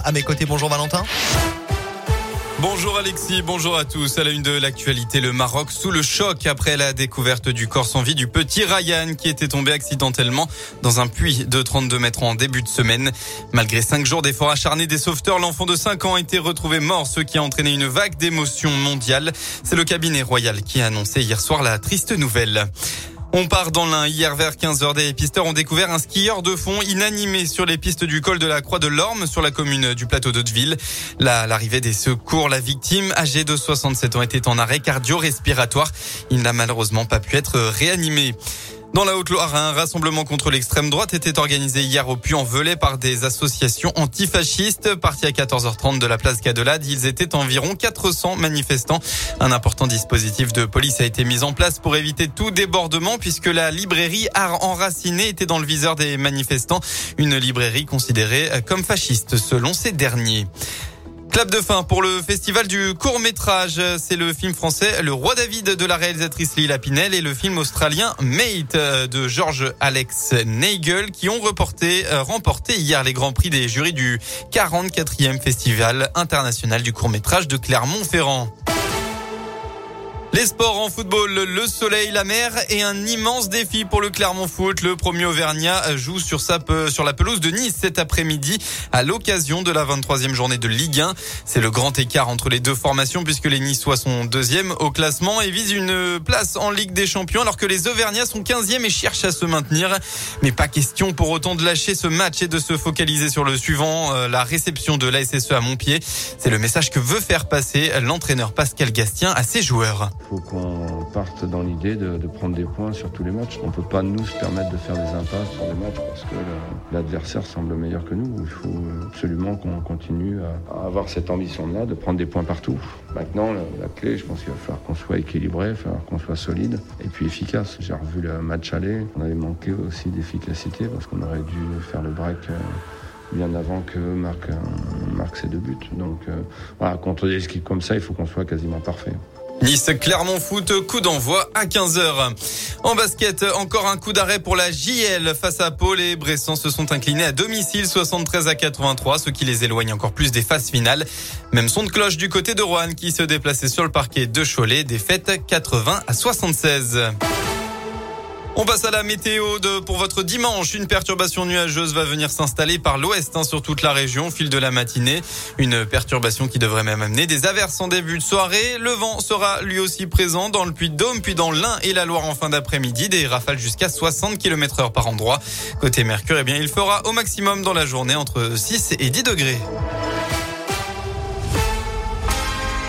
à mes côtés. Bonjour Valentin. Bonjour Alexis, bonjour à tous. À la une de l'actualité, le Maroc sous le choc après la découverte du corps sans vie du petit Ryan qui était tombé accidentellement dans un puits de 32 mètres en début de semaine. Malgré 5 jours d'efforts acharnés des sauveteurs, l'enfant de 5 ans a été retrouvé mort, ce qui a entraîné une vague d'émotions mondiales. C'est le cabinet royal qui a annoncé hier soir la triste nouvelle. On part dans l'Ain. Hier vers 15h, des pisteurs ont découvert un skieur de fond inanimé sur les pistes du col de la Croix de l'Orme sur la commune du plateau d'Hauteville. Là, à l'arrivée des secours, la victime, âgée de 67 ans, était en arrêt cardio-respiratoire. Il n'a malheureusement pas pu être réanimé. Dans la Haute-Loire, un rassemblement contre l'extrême droite était organisé hier au Puy-en-Velay par des associations antifascistes. Partis à 14h30 de la place Cadelade, ils étaient environ 400 manifestants. Un important dispositif de police a été mis en place pour éviter tout débordement puisque la librairie Art Enraciné était dans le viseur des manifestants. Une librairie considérée comme fasciste selon ces derniers. Clap de fin pour le festival du court-métrage. C'est le film français Le Roi David de la réalisatrice Lila Pinel et le film australien Mate de George Alex Nagel qui ont remporté hier les grands prix des jurys du 44e festival international du court-métrage de Clermont-Ferrand. Les sports en football, le soleil, la mer et un immense défi pour le Clermont Foot. Le premier Auvergnat joue sur la pelouse de Nice cet après-midi à l'occasion de la 23e journée de Ligue 1. C'est le grand écart entre les deux formations puisque les Niçois sont deuxième au classement et visent une place en Ligue des Champions alors que les Auvergnats sont 15e et cherchent à se maintenir. Mais pas question pour autant de lâcher ce match et de se focaliser sur le suivant, la réception de l'ASSE à Montpied. C'est le message que veut faire passer l'entraîneur Pascal Gastien à ses joueurs. Il faut qu'on parte dans l'idée de prendre des points sur tous les matchs. On ne peut pas nous se permettre de faire des impasses sur des matchs parce que l'adversaire semble meilleur que nous. Il faut absolument qu'on continue à avoir cette ambition-là de prendre des points partout. Maintenant, la clé, je pense qu'il va falloir qu'on soit équilibré, il va falloir qu'on soit solide et puis efficace. J'ai revu le match aller. On avait manqué aussi d'efficacité parce qu'on aurait dû faire le break bien avant que marque ses 2 buts. Donc voilà, contre des équipes comme ça, il faut qu'on soit quasiment parfait. Nice Clermont Foot, coup d'envoi à 15h. En basket, encore un coup d'arrêt pour la JL face à Pau. Les Bressans se sont inclinés à domicile 73-83, ce qui les éloigne encore plus des phases finales. Même son de cloche du côté de Roanne qui se déplaçait sur le parquet de Cholet, défaite 80-76. On passe à la météo pour votre dimanche. Une perturbation nuageuse va venir s'installer par l'ouest sur toute la région au fil de la matinée. Une perturbation qui devrait même amener des averses en début de soirée. Le vent sera lui aussi présent dans le Puy-de-Dôme, puis dans l'Ain et la Loire en fin d'après-midi. Des rafales jusqu'à 60 km/h par endroit. Côté Mercure, il fera au maximum dans la journée entre 6 et 10 degrés.